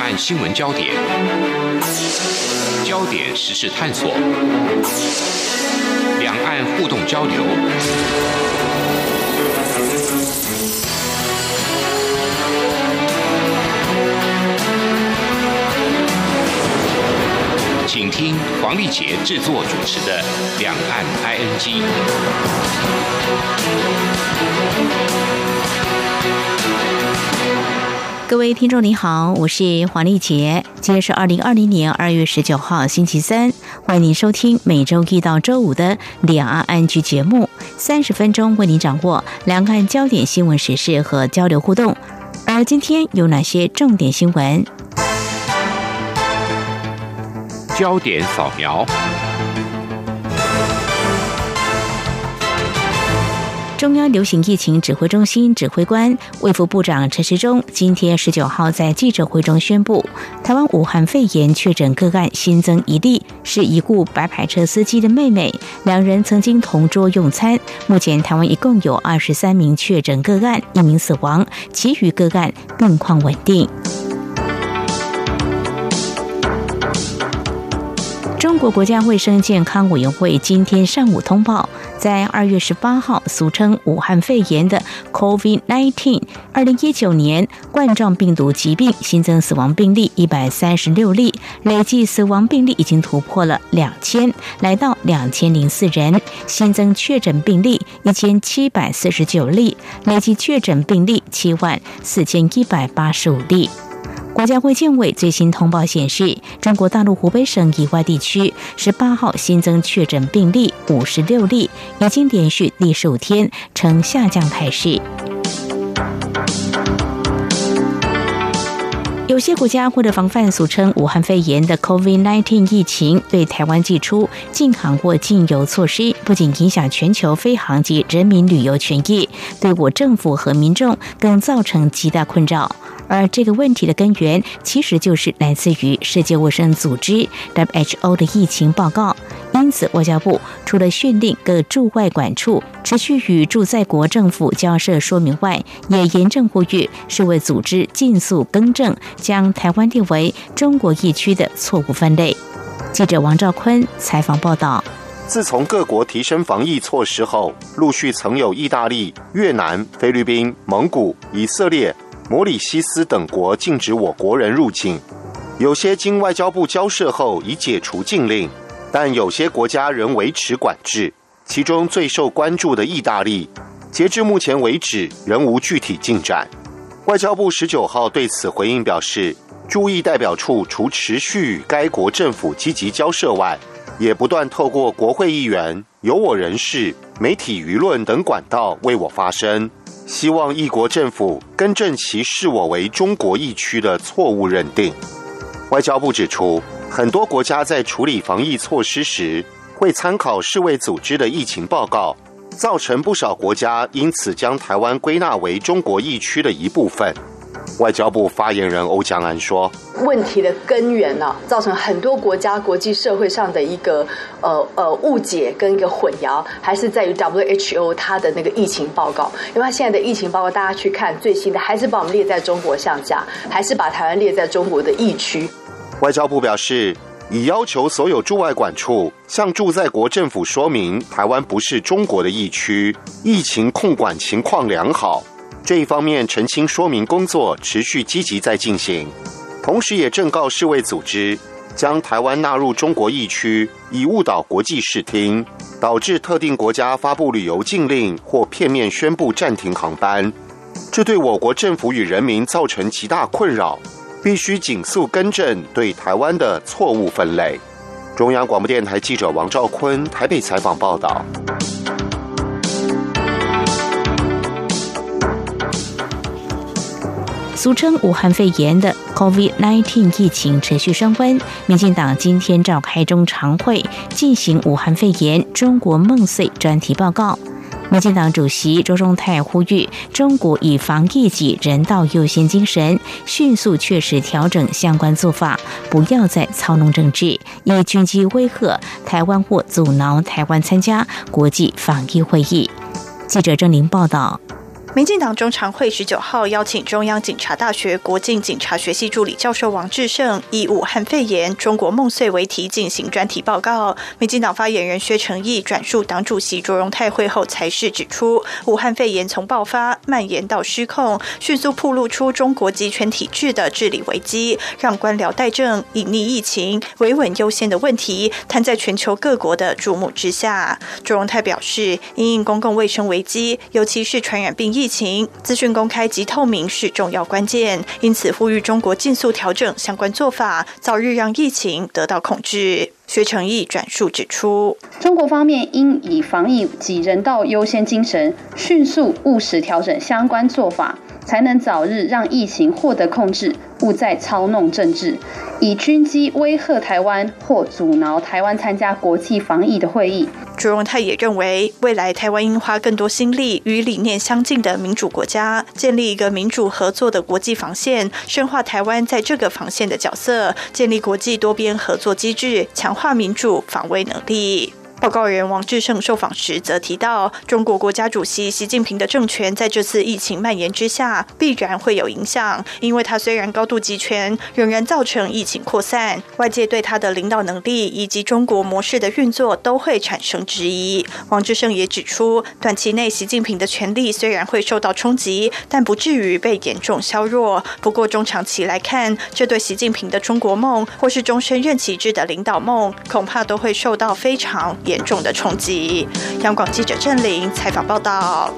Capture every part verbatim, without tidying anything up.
岸新闻焦点，焦点时事探索，两岸互动交流，请听黄丽杰制作主持的《两岸 I N G》。 各位听众你好，我是黄丽杰，今天是二零二零年二月十九号星期三，欢迎您收听每周一到周五的两岸 I N G 节目，三十分钟为您掌握两岸焦点新闻时事和交流互动。而今天有哪些重点新闻？ 焦点扫描。 中央流行疫情指挥中心指挥官卫福部长陈时中今天十九号在记者会中宣布，台湾武汉肺炎确诊个案新增一例，是已故白牌车司机的妹妹，两人曾经同桌用餐。目前台湾一共有二十三名确诊个案，一名死亡，其余个案病况稳定。中国国家卫生健康委员会今天上午通报，在二月十八号俗称武汉肺炎的 COVID 十九 二零一九年冠状病毒疾病新增死亡病例一百三十六例，累计死亡病例已经突破了两千，来到两千零四人，新增确诊病例一千七百四十九例，累计确诊病例七万四千一百八十五例。国家卫健委最新通报显示，中国大陆湖北省以外地区十八号新增确诊病例五十六例，已经连续第十五天呈下降态势。有些国家为了防范俗称武汉肺炎的 COVID 十九 疫情，对台湾祭出禁航或禁游措施，不仅影响全球飞航及人民旅游权益，对我政府和民众更造成极大困扰。而这个问题的根源，其实就是来自于世界卫生组织 W H O 的疫情报告。因此，外交部除了训令各驻外管处持续与驻在国政府交涉说明外，也严正呼吁世卫组织尽速更正将台湾列为中国疫区的错误分类。记者王兆坤采访报道。 自从各国提升防疫措施后，陆续曾有意大利、越南、菲律宾、蒙古、以色列、摩里西斯等国禁止我国人入境，有些经外交部交涉后已解除禁令，但有些国家仍维持管制。其中最受关注的意大利，截至目前为止仍无具体进展。外交部十九号对此回应表示，驻意代表处除持续与该国政府积极交涉外，也不断透过国会议员、有我人士、媒体舆论等管道为我发声，希望异国政府更正其视我为中国疫区的错误认定。外交部指出，很多国家在处理防疫措施时，会参考世卫组织的疫情报告，造成不少国家因此将台湾归纳为中国疫区的一部分。外交部发言人欧江安说， 问题的根源呢、啊，造成很多国家国际社会上的一个呃呃误解跟一个混淆，还是在于 W H O 它的那个疫情报告。因为它现在的疫情报告，大家去看最新的，还是把我们列在中国项下，还是把台湾列在中国的疫区。 外交部表示，已要求所有驻外管处向驻在国政府说明，台湾不是中国的疫区，疫情控管情况良好。这一方面澄清说明工作持续积极在进行，同时也正告世卫组织，将台湾纳入中国疫区，以误导国际视听，导致特定国家发布旅游禁令或片面宣布暂停航班，这对我国政府与人民造成极大困扰，必须紧速更正对台湾的错误分类。中央广播电台记者王兆坤台北采访报道。 俗称武汉肺炎的 COVID 十九 疫情持续升温，民进党今天召开中常会，进行武汉肺炎中国梦碎专题报告。民进党主席周忠泰呼吁中国以防疫及人道优先精神，迅速确实调整相关做法，不要再操弄政治，以军机威吓台湾或阻挠台湾参加国际防疫会议。记者郑玲报道。 民进党中常会十九号邀请中央警察大学国境警察学系助理教授王志胜以武汉肺炎中国梦碎为题进行专题报告。民进党发言人薛成义转述党主席卓荣泰会后才是指出，武汉肺炎从爆发蔓延到失控，迅速暴露出中国集权体制的治理危机，让官僚怠政、隐匿疫情、维稳优先的问题摊在全球各国的注目之下。卓荣泰表示，因应公共卫生危机，尤其是传染病疫情，资讯公开及透明是重要关键，因此呼吁中国尽速调整相关做法，早日让疫情得到控制。薛成义转述指出， 中国方面应以防疫及人道优先精神，迅速务实调整相关做法，才能早日让疫情获得控制，勿再操弄政治，以军机威吓台湾或阻挠台湾参加国际防疫的会议。 卓荣泰也认为，未来台湾应花更多心力与理念相近的民主国家，建立一个民主合作的国际防线，深化台湾在这个防线的角色，建立国际多边合作机制，强化民主防卫能力。报告人王志胜受访时则提到，中国国家主席习近平的政权在这次疫情蔓延之下必然会有影响，因为他虽然高度集权，仍然造成疫情扩散，外界对他的领导能力以及中国模式的运作都会产生质疑。王志胜也指出，短期内习近平的权力虽然会受到冲击，但不至于被严重削弱。不过中长期来看，这对习近平的中国梦或是终身任期制的领导梦，恐怕都会受到非常严重的冲击。央广记者郑玲采访报道。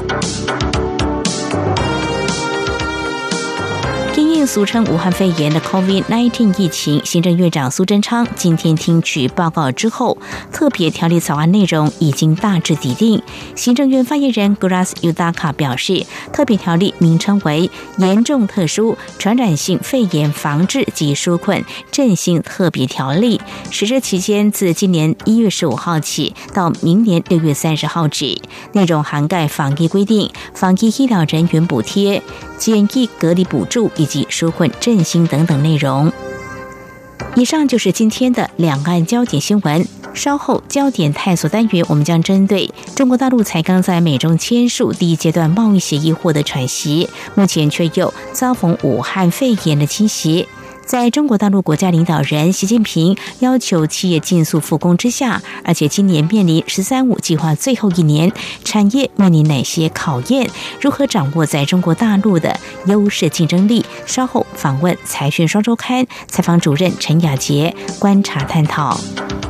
因应俗称武汉肺炎的 COVID 十九 疫情，行政院长苏贞昌今天听取报告之后，特别条例草案内容已经大致拟定。行政院发言人 Grace Yudaka 表示，特别条例名称为严重特殊传染性肺炎防治及纾困振兴特别条例，实施期间自今年一月十五号起到明年六月三十号止，内容涵盖防疫规定、防疫医疗人员补贴、检疫隔离补助以及纾困振兴等等内容。以上就是今天的两岸焦点新闻。稍后焦点探索单元，我们将针对中国大陆才刚在美中签署第一阶段贸易协议获得喘息，目前却又遭逢武汉肺炎的侵袭。在中国大陆国家领导人习近平要求企业尽速复工之下，而且今年面临十三五计划最后一年，产业面临哪些考验？如何掌握在中国大陆的优势竞争力？稍后访问财讯双周刊采访主任陈雅洁，观察探讨。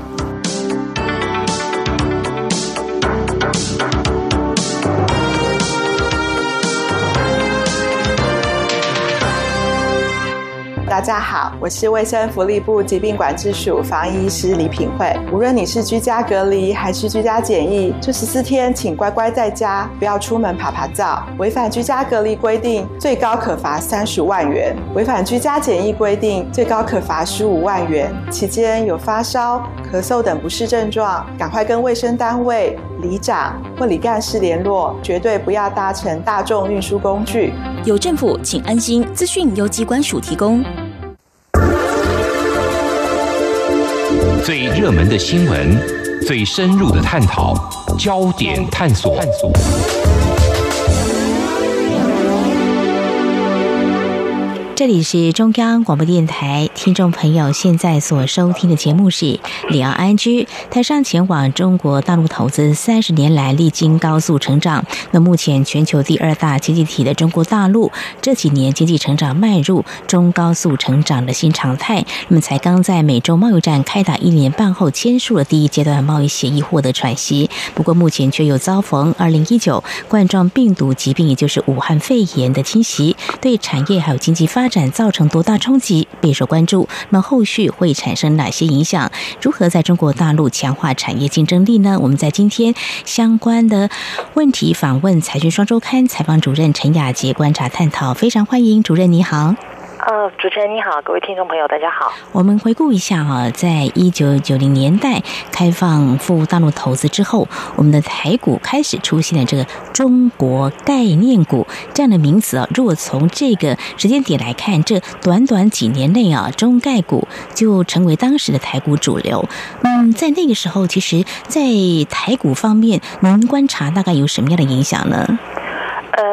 大家好，我是卫生福利部疾病管制署防疫医师李品慧。无论你是居家隔离还是居家检疫，这十四天请乖乖在家，不要出门爬爬灶。违反居家隔离规定，最高可罚三十万元；违反居家检疫规定，最高可罚十五万元。期间有发烧、咳嗽等不适症状，赶快跟卫生单位、里长或里干事联络，绝对不要搭乘大众运输工具。 有政府，请安心。资讯由疾管署提供。 最热门的新闻，最深入的探讨，焦点探索。 这里是中央广播电台，听众朋友现在所收听的节目是里昂安居。台上前往中国大陆投资三十年来历经高速成长，那目前全球第二大经济体的中国大陆这几年经济成长迈入中高速成长的新常态。那么才刚在美洲贸易战开打一年半后签署了第一阶段贸易协议，获得喘息。不过目前却又遭逢二零一九冠状病毒疾病，也就是武汉肺炎的侵袭，对产业还有经济发展发展造成多大冲击备受关注，那么后续会产生哪些影响？如何在中国大陆强化产业竞争力呢？我们在今天相关的问题访问财讯双周刊采访主任陈雅洁，观察探讨，非常欢迎主任，你好。 呃，主持人你好，各位听众朋友大家好。 我们回顾一下啊，在一九九零年代开放赴大陆投资之后，我们的台股开始出现了这个中国概念股这样的名词啊。如果从这个时间点来看，这短短几年内啊，中概股就成为当时的台股主流。嗯，在那个时候，其实在台股方面，您观察大概有什么样的影响呢？ 呃，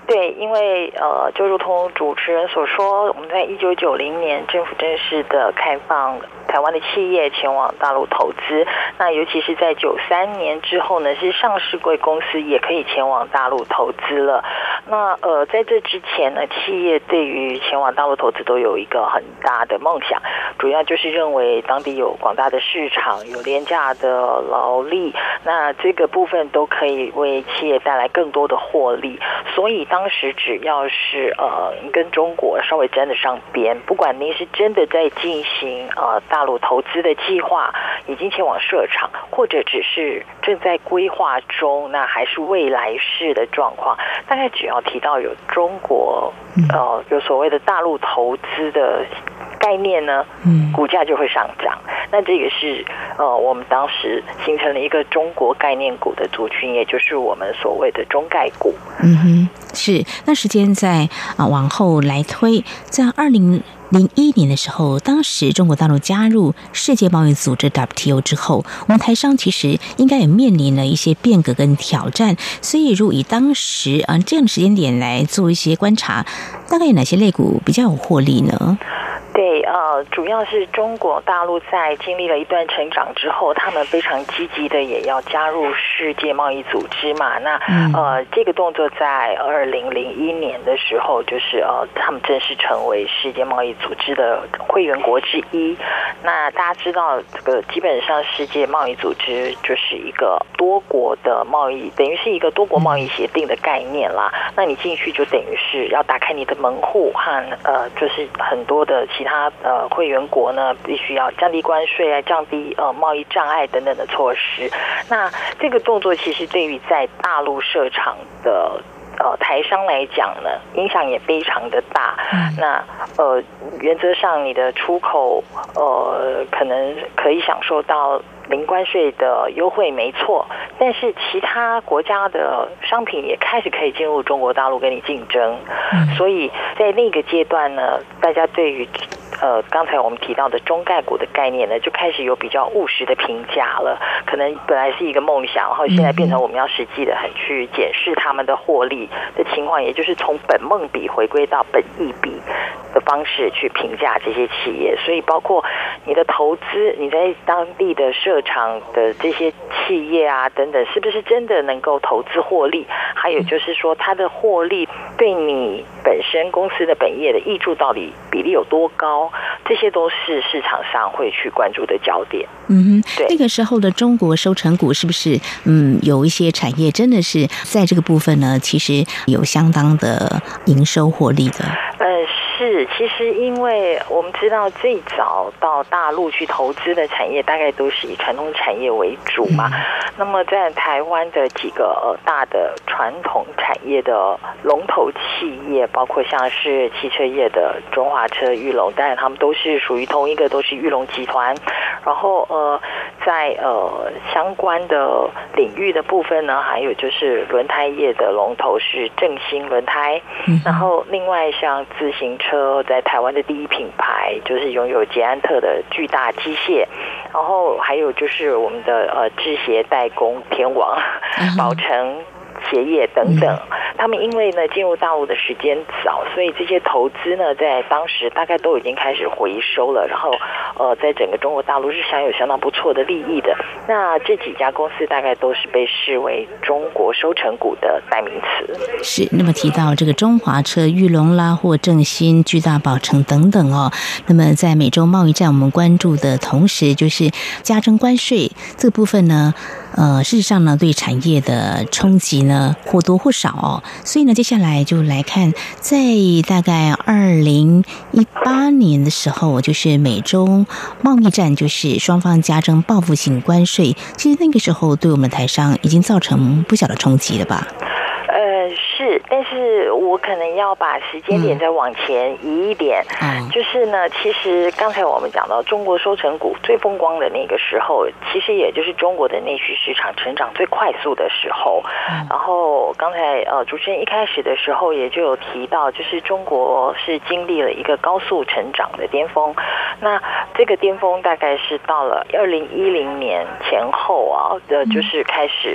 对，因为呃，就如同主持人所说，我们在一九九零年政府正式的开放台湾的企业前往大陆投资，那尤其是在九三年之后呢，是上市柜公司也可以前往大陆投资了。那呃，在这之前呢，企业对于前往大陆投资都有一个很大的梦想，主要就是认为当地有广大的市场，有廉价的劳力，那这个部分都可以为企业带来更多的获利。所以当时只要是呃跟中国稍微沾得上边，不管您是真的在进行呃大陆投资的计划，已经前往设厂，或者只是正在规划中，那还是未来式的状况，大概只要提到有中国呃有所谓的大陆投资的概念呢，股价就会上涨。那这个是呃我们当时形成了一个中国概念股的族群，也就是我们所谓的中概股。 嗯哼，是。那时间在啊往后来推，在二零零一年的时候，当时中国大陆加入世界贸易组织 W T O 之后，我们台商其实应该也面临了一些变革跟挑战。所以，如果以当时啊这样的时间点来做一些观察，大概有哪些类股比较有获利呢？ 对，呃，主要是中国大陆在经历了一段成长之后，他们非常积极的也要加入世界贸易组织嘛。那呃，这个动作在二零零一年的时候，就是呃，他们正式成为世界贸易组织的会员国之一。那大家知道，这个基本上世界贸易组织就是一个多国的贸易，等于是一个多国贸易协定的概念啦。那你进去就等于是要打开你的门户和呃，就是很多的其他呃会员国呢，必须要降低关税啊，降低呃贸易障碍等等的措施。那这个动作其实对于在大陆设厂的呃台商来讲呢，影响也非常的大。嗯、那呃原则上你的出口呃可能可以享受到零关税的优惠没错，但是其他国家的商品也开始可以进入中国大陆跟你竞争。嗯、所以在那个阶段呢，大家对于呃，刚才我们提到的中概股的概念呢，就开始有比较务实的评价了。可能本来是一个梦想，然后现在变成我们要实际的很去检视他们的获利的情况，也就是从本梦比回归到本益比的方式去评价这些企业。所以包括你的投资，你在当地的设厂的这些企业啊等等，是不是真的能够投资获利？还有就是说，它的获利对你本身公司的本业的挹注到底比例有多高？这些都是市场上会去关注的焦点。 嗯哼，对，那个时候的中国收成股是不是嗯有一些产业真的是在这个部分呢？其实有相当的营收获利的。 呃，是，其实因为我们知道最早到大陆去投资的产业，大概都是以传统产业为主嘛。嗯、那么在台湾的几个呃大的传统产业的龙头企业，包括像是汽车业的中华车、裕隆，当然他们都是属于同一个，都是裕隆集团。然后呃，在呃相关的领域的部分呢，还有就是轮胎业的龙头是正兴轮胎，嗯、然后另外像自行车在台湾的第一品牌就是拥有捷安特的巨大机械，然后还有就是我们的呃制鞋代工天王宝成鞋业等等，他们因为呢进入大陆的时间早，所以这些投资呢在当时大概都已经开始回收了，然后呃在整个中国大陆是享有相当不错的利益的。那这几家公司大概都是被视为中国收成股的代名词。 是，那么提到这个中华车、裕隆啦或正兴、巨大宝成等等哦，那么在美洲贸易战我们关注的同时，就是加征关税这个部分呢，呃，事实上呢对产业的冲击呢或多或少哦，所以呢接下来就来看，在大概二零一八年的时候，就是美洲贸易战，就是双方加征报复性关税，其实那个时候对我们台商已经造成不小的冲击了吧？ 呃，是，但是我可能要把时间点再往前移一点，嗯、就是呢，其实刚才我们讲到中国收成股最风光的那个时候，其实也就是中国的内需市场成长最快速的时候。嗯、然后刚才呃主持人一开始的时候也就有提到，就是中国是经历了一个高速成长的巅峰，那这个巅峰大概是到了二零一零年前后啊，的就是开始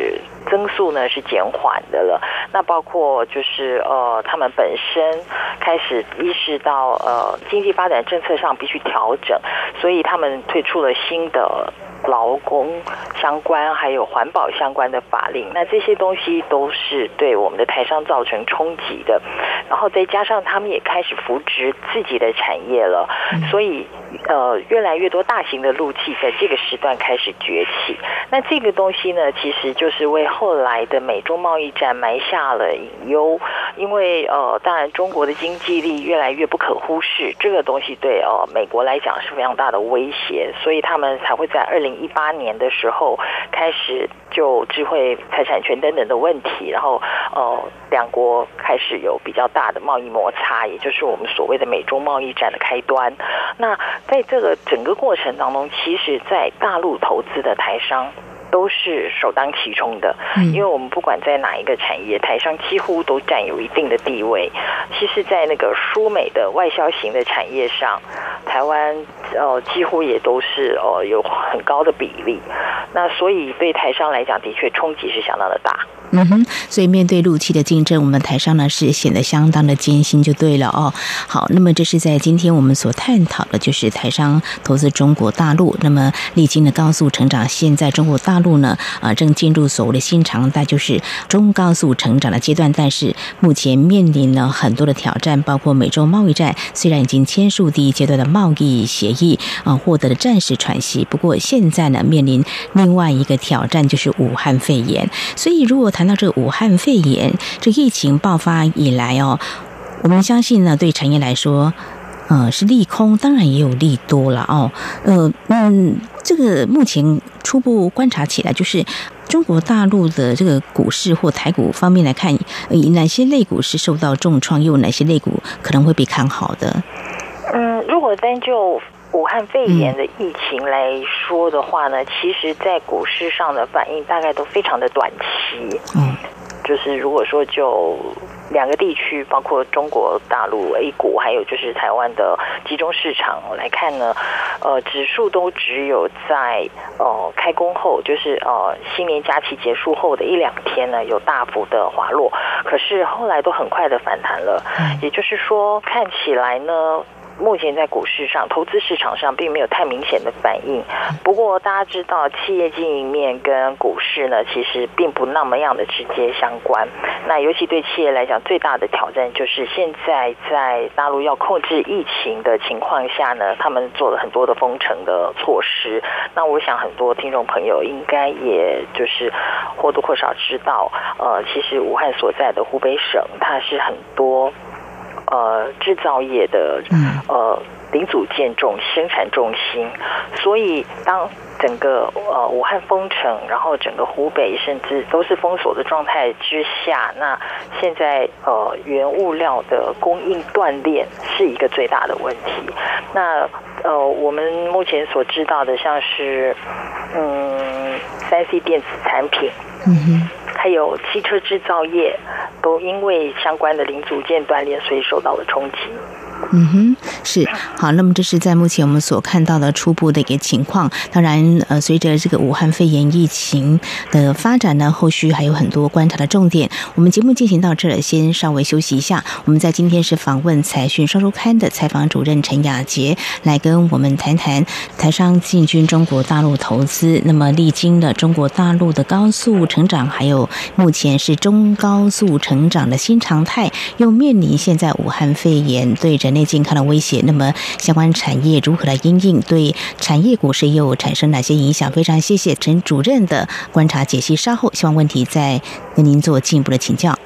增速呢是减缓的了。那包括就是呃，他们本身开始意识到呃，经济发展政策上必须调整，所以他们推出了新的劳工相关还有环保相关的法令，那这些东西都是对我们的台商造成冲击的。然后再加上他们也开始扶植自己的产业了，所以呃，越来越多大型的陆企在这个时段开始崛起。那这个东西呢，其实就是为后来的美中贸易战埋下了隐忧，因为呃，当然中国的经济力越来越不可忽视，这个东西对呃美国来讲是非常大的威胁，所以他们才会在二零一八年的时候开始就智慧财产权等等的问题，然后呃两国开始有比较大的贸易摩擦，也就是我们所谓的美中贸易战的开端。那在这个整个过程当中，其实在大陆投资的台商都是首当其冲的，因为我们不管在哪一个产业，台商几乎都占有一定的地位。其实在那个输美的外销型的产业上，台湾呃几乎也都是呃有很高的比例，那所以对台商来讲的确冲击是相当的大。 嗯哼，所以面对陆企的竞争，我们台商呢是显得相当的艰辛就对了哦。好，那么这是在今天我们所探讨的，就是台商投资中国大陆。那么历经了高速成长，现在中国大陆呢，呃，正进入所谓的新常态，就是中高速成长的阶段。但是目前面临了很多的挑战，包括美中贸易战，虽然已经签署第一阶段的贸易协议啊、呃，获得了暂时喘息，不过现在呢面临另外一个挑战，就是武汉肺炎。所以如果谈到这个武汉肺炎，这疫情爆发以来哦，我们相信呢，对产业来说，呃，是利空，当然也有利多了哦。呃，嗯，这个目前初步观察起来，就是中国大陆的这个股市或台股方面来看，呃、哪些类股是受到重创，又有哪些类股可能会被看好的？ 嗯，如果单就武汉肺炎的疫情来说的话呢，其实在股市上的反应大概都非常的短期。嗯，就是如果说就两个地区，包括中国大陆 A 股，还有就是台湾的集中市场来看呢，呃，指数都只有在呃开工后，就是呃新年假期结束后的一两天呢，有大幅的滑落，可是后来都很快的反弹了。嗯，也就是说，看起来呢，目前在股市上、投资市场上并没有太明显的反应。不过大家知道，企业经营面跟股市呢，其实并不那么样的直接相关。那尤其对企业来讲，最大的挑战就是现在在大陆要控制疫情的情况下呢，他们做了很多的封城的措施。那我想很多听众朋友应该也就是或多或少知道，呃，其实武汉所在的湖北省，它是很多呃，制造业的呃零组件重生产重心，所以当整个呃武汉封城，然后整个湖北甚至都是封锁的状态之下，那现在呃原物料的供应断裂是一个最大的问题。那呃我们目前所知道的，像是嗯三 C 电子产品，嗯哼，还有汽车制造业，都因为相关的零组件断裂，所以受到了冲击。 嗯哼，是好。那么这是在目前我们所看到的初步的一个情况。当然，呃，随着这个武汉肺炎疫情的发展呢，后续还有很多观察的重点。我们节目进行到这儿，先稍微休息一下。我们在今天是访问财讯双周刊的采访主任陈雅洁，来跟我们谈谈台商进军中国大陆投资。那么历经了中国大陆的高速成长，还有目前是中高速成长的新常态，又面临现在武汉肺炎对人类健康的威胁，那么相关产业如何来因应，对产业股市又产生哪些影响？非常谢谢陈主任的观察解析，稍后希望问题再跟您做进一步的请教。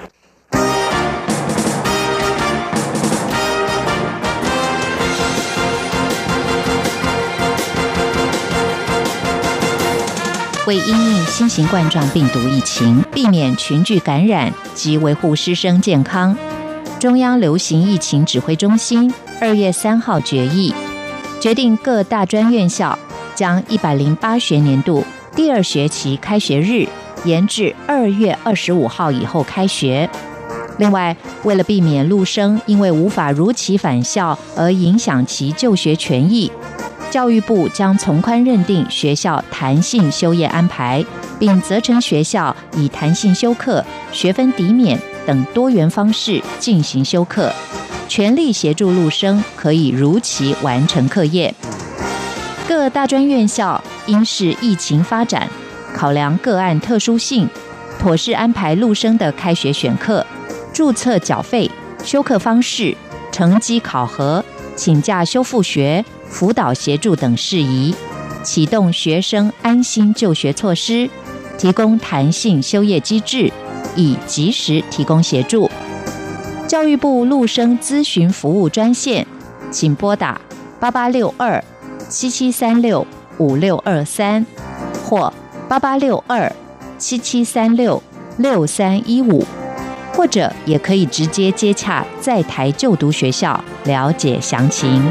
为因应新型冠状病毒疫情，避免群聚感染及维护师生健康，中央流行疫情指挥中心二月三号决议，决定各大专院校将一百零八学年度第二学期开学日延至二月二十五号以后开学。另外，为了避免陆生因为无法如期返校而影响其就学权益， 教育部将从宽认定学校弹性修业安排，并责成学校以弹性修课、学分抵免等多元方式进行修课，全力协助陆生可以如期完成课业。各大专院校应视疫情发展，考量个案特殊性，妥善安排陆生的开学选课、注册缴费、修课方式、成绩考核、请假修复学、辅导协助等事宜，启动学生安心就学措施，提供弹性修业机制，以及时提供协助。教育部陆生咨询服务专线，请拨打八八六二七七三六五六二三或八八六二七七三六六三一五，或者也可以直接接洽在台就读学校了解详情。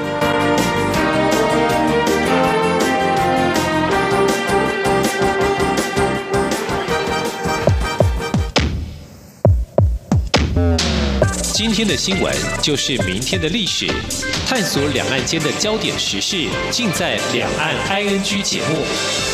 今天的新闻就是明天的历史，探索两岸间的焦点时事，尽在《两岸 I N G》节目。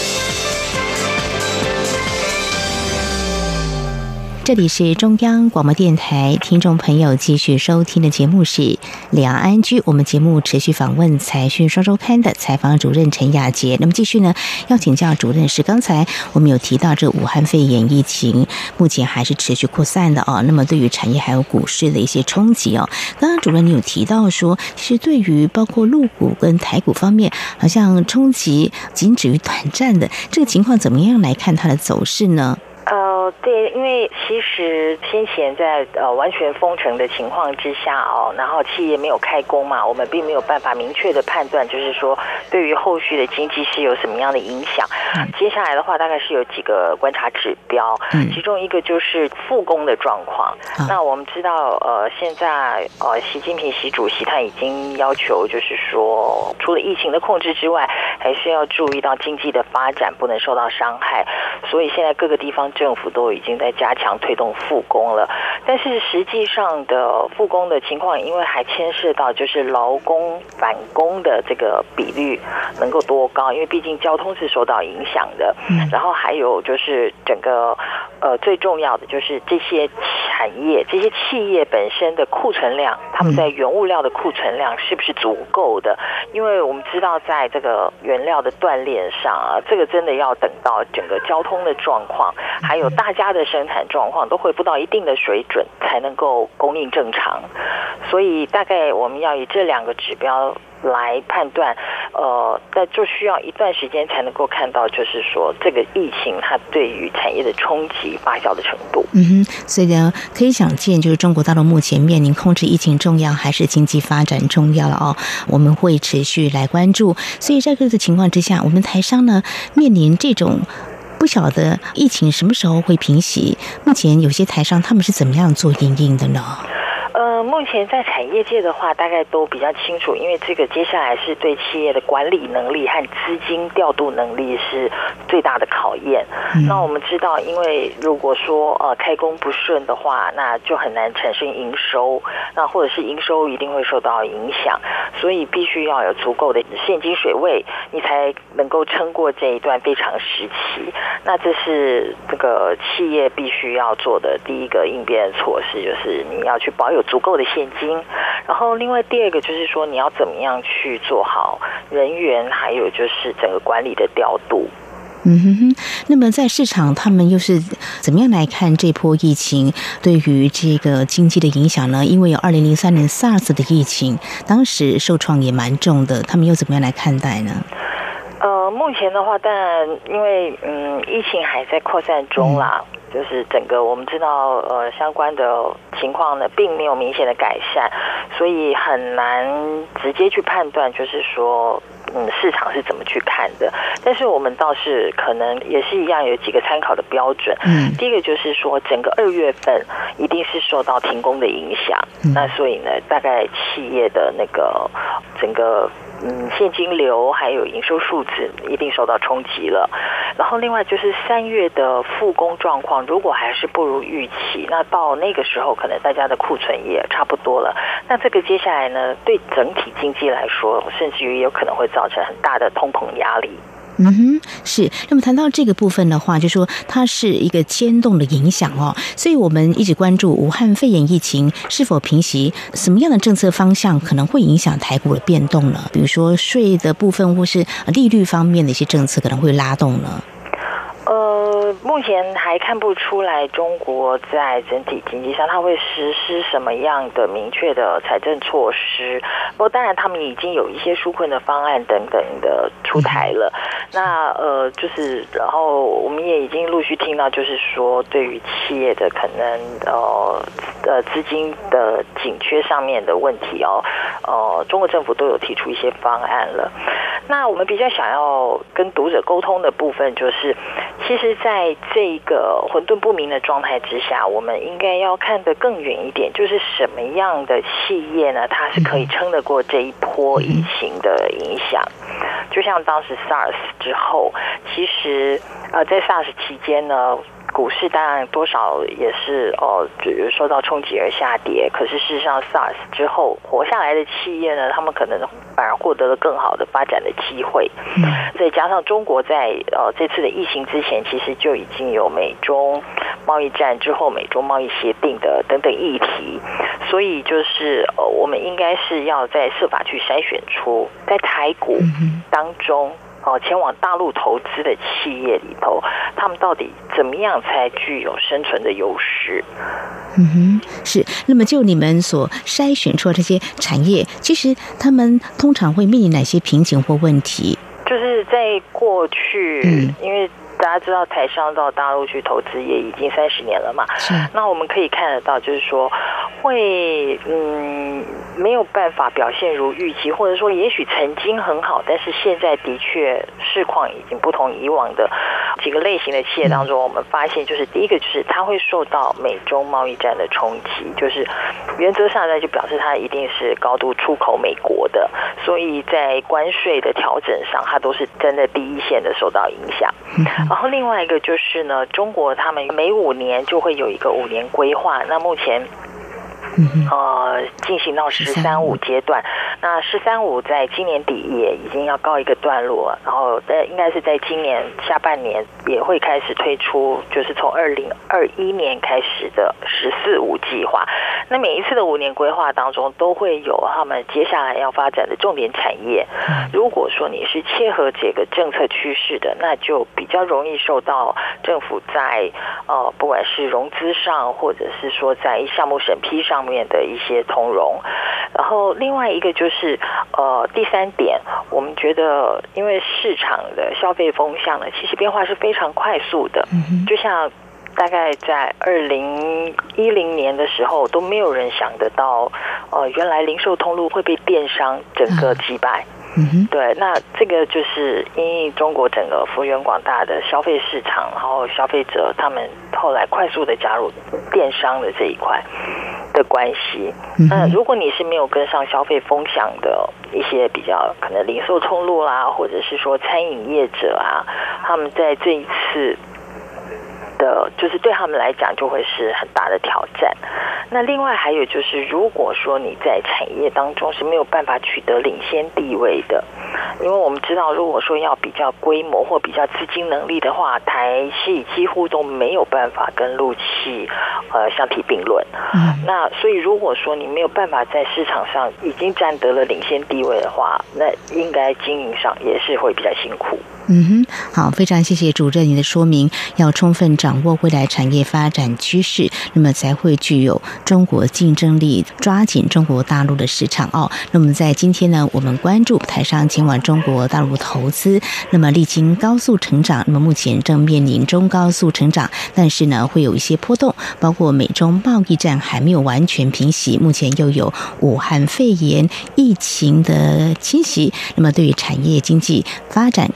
这里是中央广播电台，听众朋友继续收听的节目是两岸 I N G。我们节目持续访问财讯双周刊的采访主任陈雅洁。那么继续呢，要请教主任是，刚才我们有提到这个武汉肺炎疫情目前还是持续扩散的哦。那么对于产业还有股市的一些冲击哦，刚刚主任你有提到说，其实对于包括陆股跟台股方面，好像冲击仅止于短暂的，这个情况怎么样来看它的走势呢？ 呃，对，因为其实先前在呃完全封城的情况之下哦，然后企业没有开工嘛，我们并没有办法明确的判断，就是说对于后续的经济是有什么样的影响。嗯、接下来的话，大概是有几个观察指标，嗯、其中一个就是复工的状况。嗯、那我们知道，呃，现在呃，习近平习主席他已经要求，就是说，除了疫情的控制之外，还是要注意到经济的发展不能受到伤害，所以现在各个地方政府都已经在加强推动复工了，但是实际上的复工的情况，因为还牵涉到就是劳工返工的这个比率能够多高，因为毕竟交通是受到影响的，嗯、然后还有就是整个呃最重要的就是这些产业、这些企业本身的库存量，他们在原物料的库存量是不是足够的？因为我们知道在这个原料的断链上啊，这个真的要等到整个交通的状况，还有大家的生产状况都恢复到一定的水准，才能够供应正常。所以大概我们要以这两个指标来判断，呃，那就需要一段时间才能够看到，就是说这个疫情它对于产业的冲击发酵的程度。 嗯哼，所以呢，可以想见，就是中国大陆目前面临控制疫情重要还是经济发展重要了哦？我们会持续来关注。所以在这个情况之下，我们台商呢面临这种不晓得疫情什么时候会平息，目前有些台商他们是怎么样做因应的呢？ 呃，目前在产业界的话，大概都比较清楚，因为这个接下来是对企业的管理能力和资金调度能力是最大的考验。嗯、那我们知道，因为如果说呃开工不顺的话，那就很难产生营收，那或者是营收一定会受到影响，所以必须要有足够的现金水位，你才能够撑过这一段非常时期。那这是这个企业必须要做的第一个应变措施，就是你要去保有足够的现金，然后另外第二个就是说你要怎么样去做好人员还有就是整个管理的调度。 嗯哼哼，那么在市场他们又是怎么样来看这波疫情对于这个经济的影响呢？因为有二零零三年 SARS 的疫情，当时受创也蛮重的，他们又怎么样来看待呢？ 呃，目前的话，当然因为嗯疫情还在扩散中啦。嗯，就是整个我们知道呃相关的情况呢并没有明显的改善，所以很难直接去判断就是说嗯市场是怎么去看的。但是我们倒是可能也是一样有几个参考的标准。嗯，第一个就是说整个二月份一定是受到停工的影响。嗯，那所以呢大概企业的那个整个嗯现金流还有营收数字一定受到冲击了。然后另外就是三月的复工状况，如果还是不如预期，那到那个时候可能大家的库存也差不多了。那这个接下来呢，对整体经济来说，甚至于有可能会造成很大的通膨压力。 嗯哼，是。那么谈到这个部分的话，就说它是一个牵动的影响哦，所以我们一直关注武汉肺炎疫情是否平息，什么样的政策方向可能会影响台股的变动呢？比如说税的部分，或是利率方面的一些政策可能会拉动呢？ 呃，目前还看不出来中国在整体经济上它会实施什么样的明确的财政措施。不过当然他们已经有一些纾困的方案等等的出台了。那呃，就是然后我们也已经陆续听到，就是说对于企业的可能呃呃资金的紧缺上面的问题哦，呃，中国政府都有提出一些方案了。那我们比较想要跟读者沟通的部分就是。其实在这个混沌不明的状态之下，我们应该要看得更远一点，就是什么样的企业呢，它是可以撑得过这一波疫情的影响。就像当时 SARS 之后，其实呃在 SARS 期间呢，股市当然多少也是哦，受到冲击而下跌。可是事实上 SARS 之后活下来的企业呢，他们可能反而获得了更好的发展的机会。嗯、再加上中国在呃这次的疫情之前，其实就已经有美中贸易战之后美中贸易协定的等等议题，所以就是呃我们应该是要在设法去筛选出在台股当中。哦，前往大陆投资的企业里头，他们到底怎么样才具有生存的优势？ 嗯哼，是。那么就你们所筛选出的这些产业，其实他们通常会面临哪些瓶颈或问题？ 就是在过去，嗯、因为大家知道台商到大陆去投资也已经三十年了嘛，那我们可以看得到，就是说会嗯没有办法表现如预期，或者说也许曾经很好，但是现在的确市况已经不同以往的几个类型的企业当中，我们发现就是第一个就是它会受到美中贸易战的冲击，就是原则上呢就表示它一定是高度出口美国的，所以在关税的调整上，它都是站在第一线的受到影响。然后另外一个就是呢，中国他们每五年就会有一个五年规划，那目前呃进行到十三五阶段，那十三五在今年底也已经要告一个段落，然后在应该是在今年下半年也会开始推出，就是从二零二一年开始的十四五计划。那每一次的五年规划当中，都会有他们接下来要发展的重点产业。如果说你是切合这个政策趋势的，那就比较容易受到政府在呃不管是融资上，或者是说在项目审批上面的一些通融。然后另外一个就是呃第三点，我们觉得因为市场的消费风向呢，其实变化是非常快速的，就像大概在二零一零年的时候，都没有人想得到，呃，原来零售通路会被电商整个击败。嗯、对，那这个就是因为中国整个幅员广大的消费市场，然后消费者他们后来快速的加入电商的这一块的关系。那、呃、如果你是没有跟上消费风向的一些比较可能零售通路啦，或者是说餐饮业者啊，他们在这一次的就是对他们来讲就会是很大的挑战。那另外还有就是，如果说你在产业当中是没有办法取得领先地位的，因为我们知道，如果说要比较规模或比较资金能力的话，台系几乎都没有办法跟陆系呃相提并论。嗯、那所以如果说你没有办法在市场上已经占得了领先地位的话，那应该经营上也是会比较辛苦。 嗯哼，好，非常谢谢主任您的说明，要充分掌握未来产业发展趋势，那么才会具有中国竞争力，抓紧中国大陆的市场哦。那么在今天呢，我们关注台商前往中国大陆投资，那么历经高速成长，那么目前正面临中高速成长，但是呢会有一些波动，包括美中贸易战还没有完全平息，目前又有武汉肺炎疫情的侵袭，那么对于产业经济发展可能会造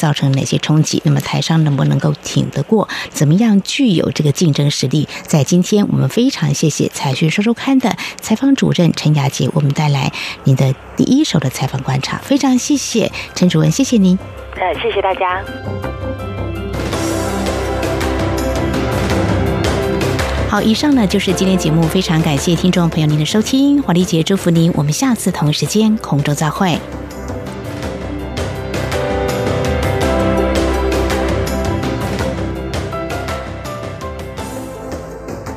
造成哪些冲击？那么台商能不能够挺得过？怎么样具有这个竞争实力？在今天我们非常谢谢财讯说说看的采访主任陈雅洁，我们带来您的第一手的采访观察，非常谢谢陈主任，谢谢您。 呃，谢谢大家。 好，以上呢就是今天节目，非常感谢听众朋友您的收听，华丽姐祝福您，我们下次同一时间空中再会。